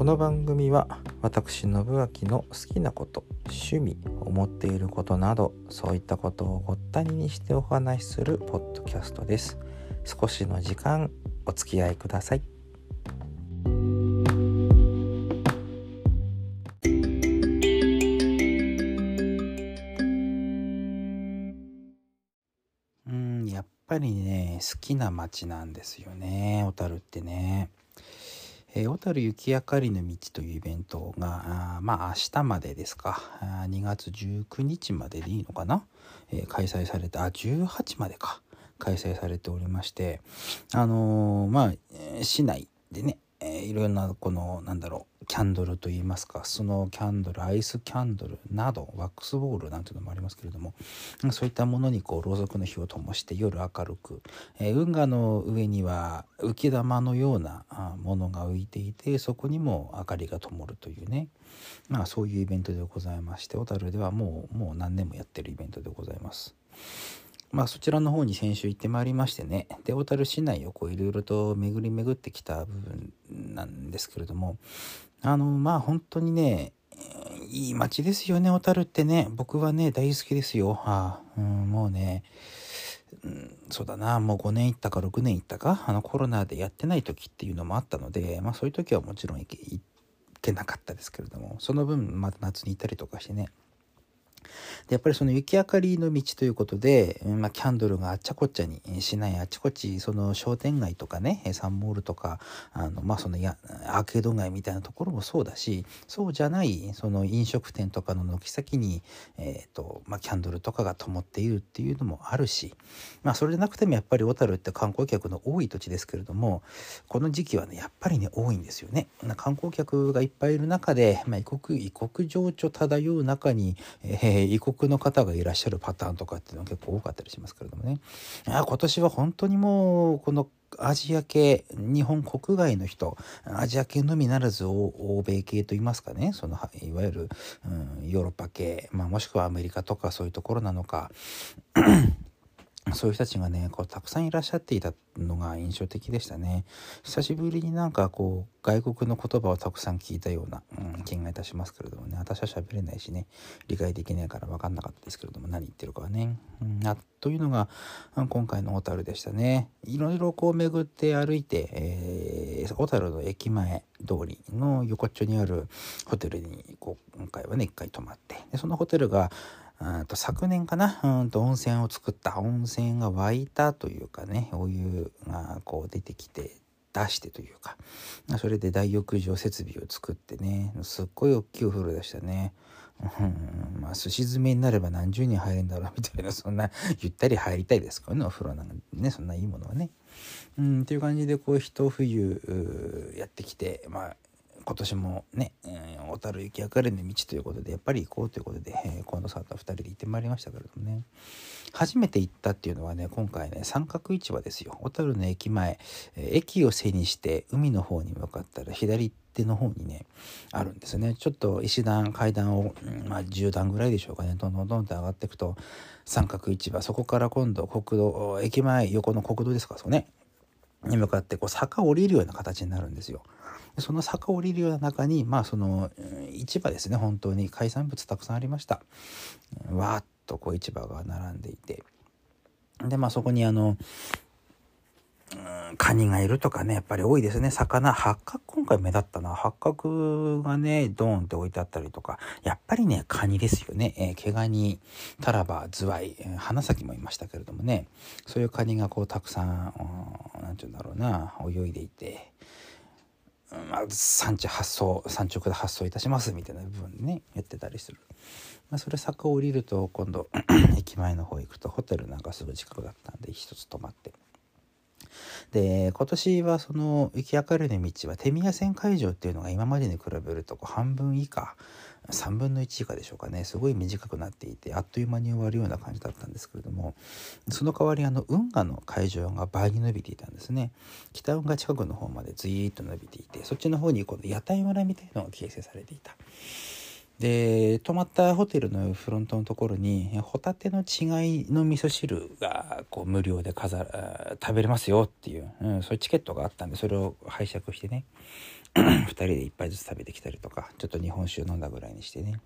この番組は私信明の好きなこと、趣味、思っていることなど、そういったことをごったににしてお話しするポッドキャストです。少しの時間お付き合いください。やっぱりね、好きな街なんですよね、小樽ってね。小樽雪あかりの道というイベントが明日までですか、2月19日まででいいのかな、開催されて18までか開催されておりまして、市内でね、いろんなこのキャンドルといいますか、そのキャンドル、アイスキャンドルなどワックスボールなんていうのもありますけれども、そういったものにろうそくの火を灯して夜明るく、運河の上には浮き玉のようなものが浮いていて、そこにも明かりが灯るというね、そういうイベントでございまして、小樽ではもう何年もやってるイベントでございます。そちらの方に先週行ってまいりましてね、で小樽市内をいろいろと巡ってきた部分なんですけれども、本当にね、いい街ですよね、小樽ってね。僕はね大好きですよ。もうね、そうだな、もう5年行ったか6年行ったか、コロナでやってない時っていうのもあったので、そういう時はもちろん行けなかったですけれども、その分また夏に行ったりとかしてね。でやっぱりその雪明かりの道ということで、キャンドルがあっちゃこっちゃに、市内あっちこっち、その商店街とかね、サンモールとか、そのアーケード街みたいなところもそうだし、そうじゃないその飲食店とかの軒先に、キャンドルとかが灯っているっていうのもあるし、それでなくてもやっぱり小樽って観光客の多い土地ですけれども、この時期はねやっぱりね多いんですよね。観光客がいっぱいいる中で、異国情緒漂う中に、異国の方がいらっしゃるパターンとかっていうのは結構多かったりしますけれどもね。今年は本当にもうこのアジア系、日本国外の人、アジア系のみならず欧米系といいますかね、そのいわゆる、ヨーロッパ系、もしくはアメリカとかそういうところなのかそういう人たちがねたくさんいらっしゃっていたのが印象的でしたね。久しぶりに外国の言葉をたくさん聞いたような、気がいたしますけれどもね。私は喋れないしね、理解できないから分かんなかったですけれども、何言ってるかはね、というのが今回の小樽でしたね。いろいろ巡って歩いて、小樽の駅前通りの横っちょにあるホテルに今回はね一回泊まって、でそのホテルが昨年かな、温泉を作った、温泉が湧いたというかね、お湯が出てきて出してというか、それで大浴場設備を作ってね、すっごい大きいお風呂でしたね。すし詰めになれば何十人入れるんだろうみたいな、そんなゆったり入りたいですからね、お風呂なんかね、そんないいものはね。っていう感じで一冬やってきて、今年もね、小樽雪明かりの道ということでやっぱり行こうということで、近藤さんと2人で行ってまいりましたけれどもね。初めて行ったっていうのはね、今回ね三角市場ですよ。小樽の駅前、駅を背にして海の方に向かったら左手の方にねあるんですね。ちょっと階段を、10段ぐらいでしょうかね、どんどんと上がっていくと三角市場、そこから今度駅前横の国道ですか、そうねに向かって坂を降りるような形になるんですよ。その坂を降りるような中にその市場ですね、本当に海産物たくさんありました。わーっと市場が並んでいて、でそこにカニがいるとかね、やっぱり多いですね。八角、今回目立ったな。八角がねドーンって置いてあったりとか、やっぱりねカニですよね。毛ガニ、タラバ、ズワイ、花咲もいましたけれどもね、そういうカニがたくさん、なんていうんだろうな、泳いでいて、産直で発送いたしますみたいな部分でねやってたりする。それ坂を降りると今度駅前の方行くとホテルなんかすぐ近くだったんで一つ泊まって、で今年はその雪明かりの道は手宮線会場っていうのが今までに比べると半分以下、3分の1以下でしょうかね、すごい短くなっていてあっという間に終わるような感じだったんですけれども、その代わり運河の会場が倍に伸びていたんですね。北運河近くの方までずーっと伸びていて、そっちの方に今度屋台村みたいなのが形成されていた。 で泊まったホテルのフロントのところにホタテの違いの味噌汁がこう無料で食べれますよっていう、そういうチケットがあったんで、それを拝借してね2人で1杯ずつ食べてきたりとか、ちょっと日本酒飲んだぐらいにしてね、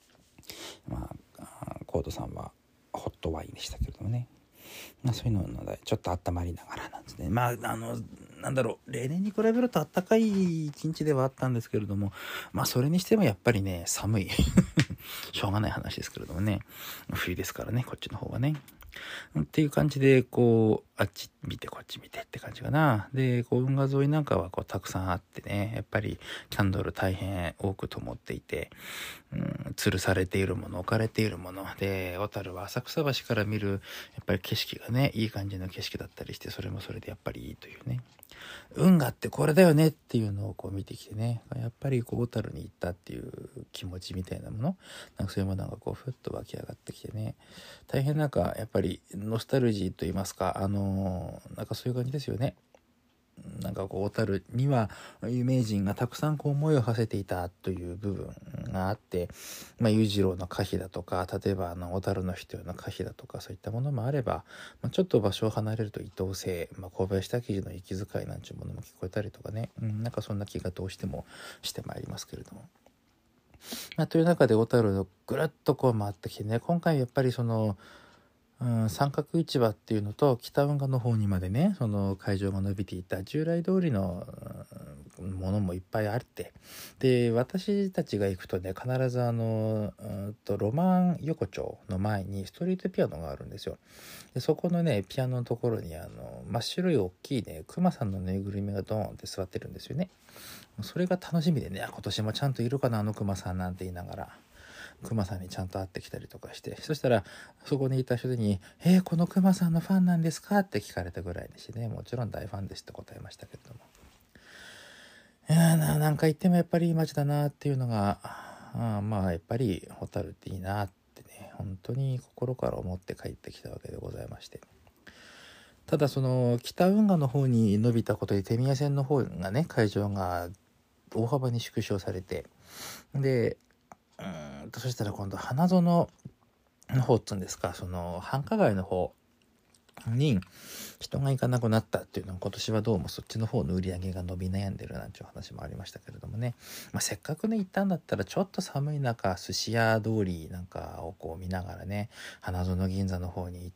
コードさんはホットワインでしたけれどもね、そういうのでちょっと温まりながらなんですね。なんだろう、例年に比べると暖かい一日ではあったんですけれども、それにしてもやっぱりね寒いしょうがない話ですけれどもね、冬ですからね、こっちの方はねっていう感じで、こうあっち見てこっち見てって感じかな。でこう運河沿いなんかはこうたくさんあってね、やっぱりキャンドル大変多く灯っていて、吊るされているもの、置かれているもので、小樽は浅草橋から見るやっぱり景色がね、いい感じの景色だったりして、それもそれでやっぱりいいというね、運河ってこれだよねっていうのをこう見てきてね、やっぱりこう小樽に行ったっていう気持ちみたいなもの、なんかそういうものがこうふっと湧き上がってきてね、大変なんかやっぱりノスタルジーと言いますか、なんかそういう感じですよね。なんかこう小樽には有名人がたくさんこう思いを馳せていたという部分があって、裕次郎の歌碑だとか、例えば小樽の人の歌碑だとか、そういったものもあれば、ちょっと場所を離れると伊藤姓、小林多喜の息遣いなんていうものも聞こえたりとかね、なんかそんな気がどうしてもしてまいりますけれども、という中で小樽をぐるっとこう回ってきてね、今回やっぱりその三角市場っていうのと北運河の方にまでね、その会場が伸びていた従来通りのものもいっぱいあって、で私たちが行くとね、必ずロマン横丁の前にストリートピアノがあるんですよ。でそこのねピアノのところに真っ白い大きいねクマさんのぬいぐるみがドーンって座ってるんですよね。それが楽しみでね、今年もちゃんといるかなクマさんなんて言いながら、クマさんにちゃんと会ってきたりとかして、そしたらそこにいた人にこのクマさんのファンなんですかって聞かれたぐらいでしてね、もちろん大ファンですって答えましたけれども、なんか言ってもやっぱりいい街だなっていうのが、やっぱり小樽っていいなってね、本当に心から思って帰ってきたわけでございまして、ただその北運河の方に伸びたことで手宮線の方がね、会場が大幅に縮小されて、でそしたら今度花園の方っつうんですか、その繁華街の方に人が行かなくなったっていうのは、今年はどうもそっちの方の売り上げが伸び悩んでるなんていう話もありましたけれどもね、せっかくね行ったんだったら、ちょっと寒い中寿司屋通りなんかをこう見ながらね、花園銀座の方に行って、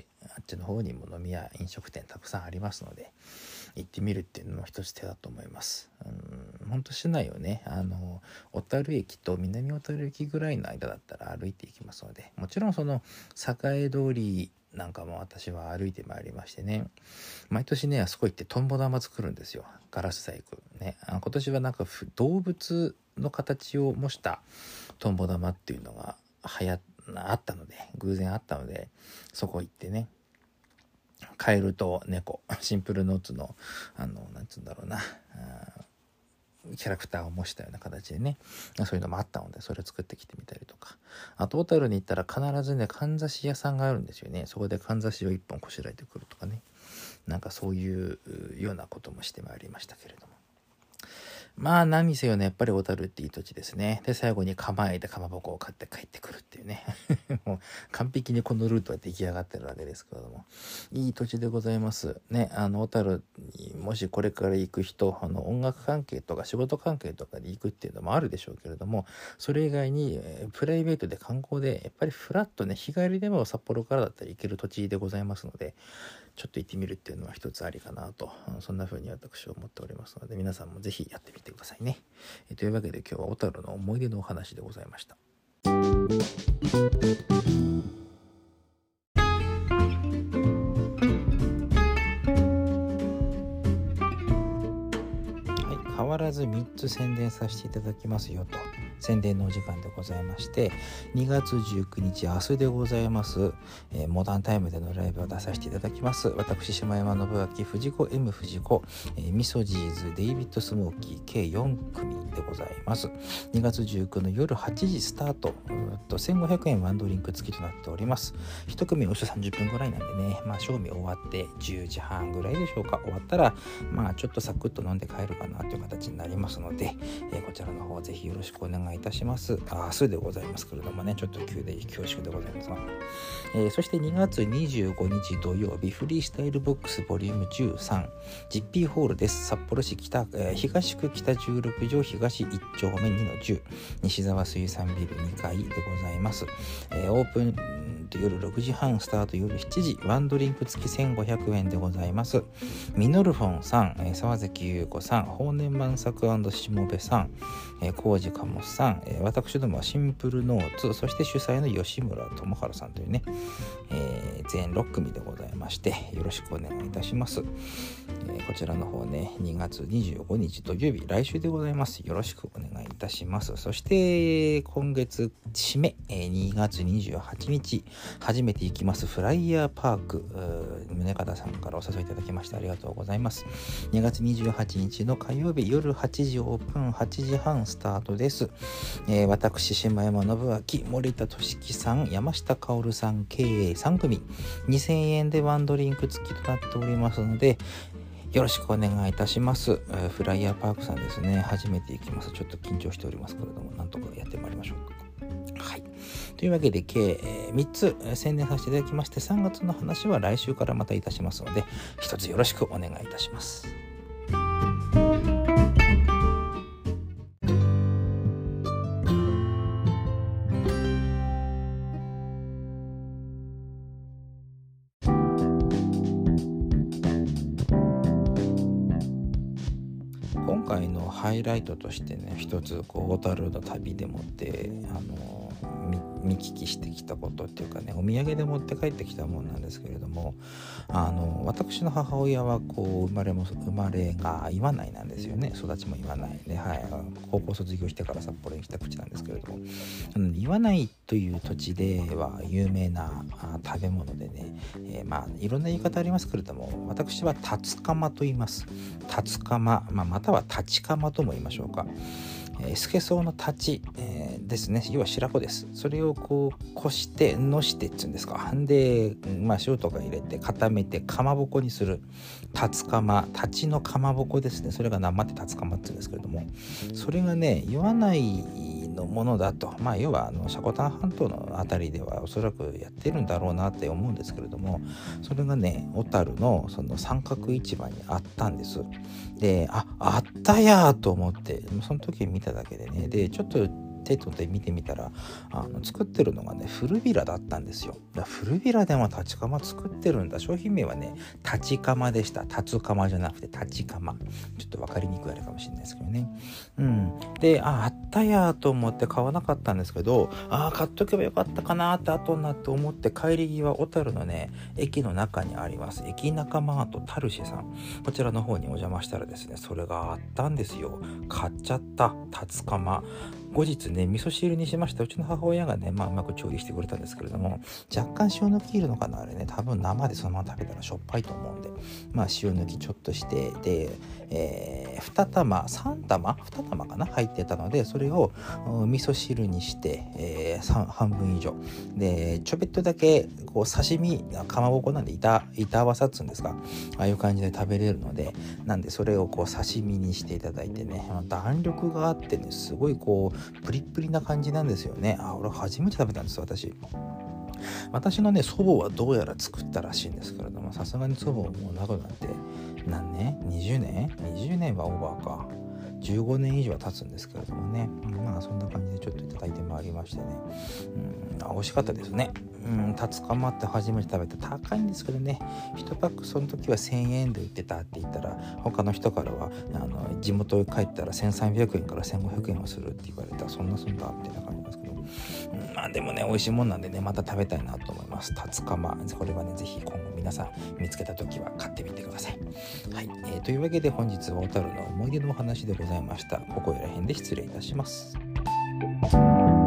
あっちの方にも飲み屋飲食店たくさんありますので行ってみるっていうのも一つ手だと思います。本当市内をね、小樽駅と南小樽駅ぐらいの間だったら歩いていきますので、もちろんその栄通りなんかも私は歩いてまいりましてね、毎年ねあそこ行ってトンボ玉作るんですよ、ガラス細工ね。今年はなんか動物の形を模したトンボ玉っていうのがあったので、偶然あったので、そこ行ってね、カエルと猫、シンプルノーツのなんつうんだろうな、キャラクターを模したような形でね、そういうのもあったので、それを作ってきてみたりとか、あと小樽に行ったら必ずねかんざし屋さんがあるんですよね。そこでかんざしを1本こしらえてくるとかね、なんかそういうようなこともしてまいりましたけれども、何にせよね、やっぱり小樽っていい土地ですね。で最後に釜へでかまぼこを買って帰ってくるっていうねもう完璧にこのルートは出来上がってるわけですけれども、いい土地でございますね。小樽にもしこれから行く人、音楽関係とか仕事関係とかで行くっていうのもあるでしょうけれども、それ以外に、プライベートで観光でやっぱりフラッとね、日帰りでも札幌からだったら行ける土地でございますので、ちょっと行ってみるっていうのは一つありかなと、そんな風に私は思っておりますので、皆さんもぜひやってみてくださいね。というわけで今日は小樽の思い出のお話でございました。変わらず3つ宣伝させていただきますよと、宣伝のお時間でございまして、2月19日明日でございます、モダンタイムでのライブを出させていただきます。私島山信明、藤子 M 藤子、ミソジーズ、デイビッドスモーキー計4組でございます。2月19の夜8時スタート、1500円ワンドリンク付きとなっております。1組およそ30分ぐらいなんでね、賞味終わって10時半ぐらいでしょうか。終わったらちょっとサクッと飲んで帰るかなという形になりますので、こちらの方ぜひよろしくお願いいいたします。明日でございますけれどもね、ちょっと急で恐縮でございますが、そして2月25日土曜日、フリースタイルボックスボリューム13、ジッピーホールです。札幌市東区北16条東1丁目2の10、西沢水産ビル2階でございます。オープン夜6時半スタート、夜7時、ワンドリンク付き1500円でございます。ミノルフォンさん、沢関優子さん、法然万作&しもべさん、浩二鴨さん、私どもはシンプルノーツ、そして主催の吉村智春さんというね、全6組でございまして、よろしくお願いいたします。こちらの方ね、2月25日土曜日、来週でございます。よろしくお願いいたします。そして今月締め、2月28日初めて行きますフライヤーパーク、宗像さんからお誘いいただきましてありがとうございます。2月28日の火曜日、夜8時オープン、8時半スタートです。私島山信明、森田俊樹さん、山下薫さん、計3組、2000円でワンドリンク付きとなっておりますので、よろしくお願いいたします。フライヤーパークさんですね、初めて行きます。ちょっと緊張しておりますけれども、なんとかやってまいりましょう。はい。というわけで計3つ宣伝させていただきまして、3月の話は来週からまたいたしますので、一つよろしくお願いいたします。今回のハイライトとしてね、一つ小樽の旅でもって見聞きしてきたことっていうかね、お土産で持って帰ってきたものなんですけれども、私の母親は生まれが岩内なんですよね。育ちも岩内で、はい、高校卒業してから札幌に来た口なんですけれども、岩内という土地では有名な食べ物でね、いろんな言い方ありますけれども、私はタツカマと言います。タツカマ、またはタチカマとも言いましょうか。スケソウの太刀、ですね。要は白子です。それをこしてのしてっていうんですか。で、塩とか入れて固めてかまぼこにするタツカマ、太刀のかまぼこですね。それが生でタツカマって言うんですけれども、それがね、岩内のものだと、要は積丹半島のあたりではおそらくやってるんだろうなって思うんですけれども、それがね、小樽のその三角市場にあったんです。で、あったやと思って、その時見ただけでね、でちょっと手取って見てみたら、作ってるのがね、古びらだったんですよ。古びらでも立ち釜作ってるんだ。商品名はね、立ち釜でした。立つ釜じゃなくて立ち釜。ちょっと分かりにくいあれかもしれないですけどね。で、あったやと思って買わなかったんですけど、買っとけばよかったかなって後になって思って、帰り際小樽のね、駅の中にあります駅仲マートタルシェさん、こちらの方にお邪魔したらですね、それがあったんですよ。買っちゃった立つ釜。後日ね、味噌汁にしました。うちの母親がね、うまく調理してくれたんですけれども、若干塩抜きいるのかな、あれね。多分生でそのまま食べたらしょっぱいと思うんで、塩抜きちょっとして、で、2玉かな入ってたので、それを味噌汁にして、半分以上で、ちょびっとだけ刺身、かまぼこなんで板わさっつうんですか、ああいう感じで食べれるので、なんでそれを刺身にしていただいてね、弾力があってね、すごいプリップリな感じなんですよね。俺初めて食べたんです。私のね、祖母はどうやら作ったらしいんですけれども、さすがに祖母はもう亡くなって何年 ?20 年はオーバーか。15年以上は経つんですけれどもね、そんな感じでちょっといただいてまいりましてね、美味しかったですね。タツカマって初めて食べて、高いんですけどね、1パックその時は1000円で売ってたって言ったら、他の人からは地元へ帰ったら1300円から1500円はするって言われたら、そんなみたいな感じですけど、でもね、美味しいもんなんでね、また食べたいなと思います。タツカマ、これはね、ぜひ今後皆さん見つけた時は買ってみてください。はい、というわけで本日は小樽の思い出のお話でございました。ここら辺で失礼いたします。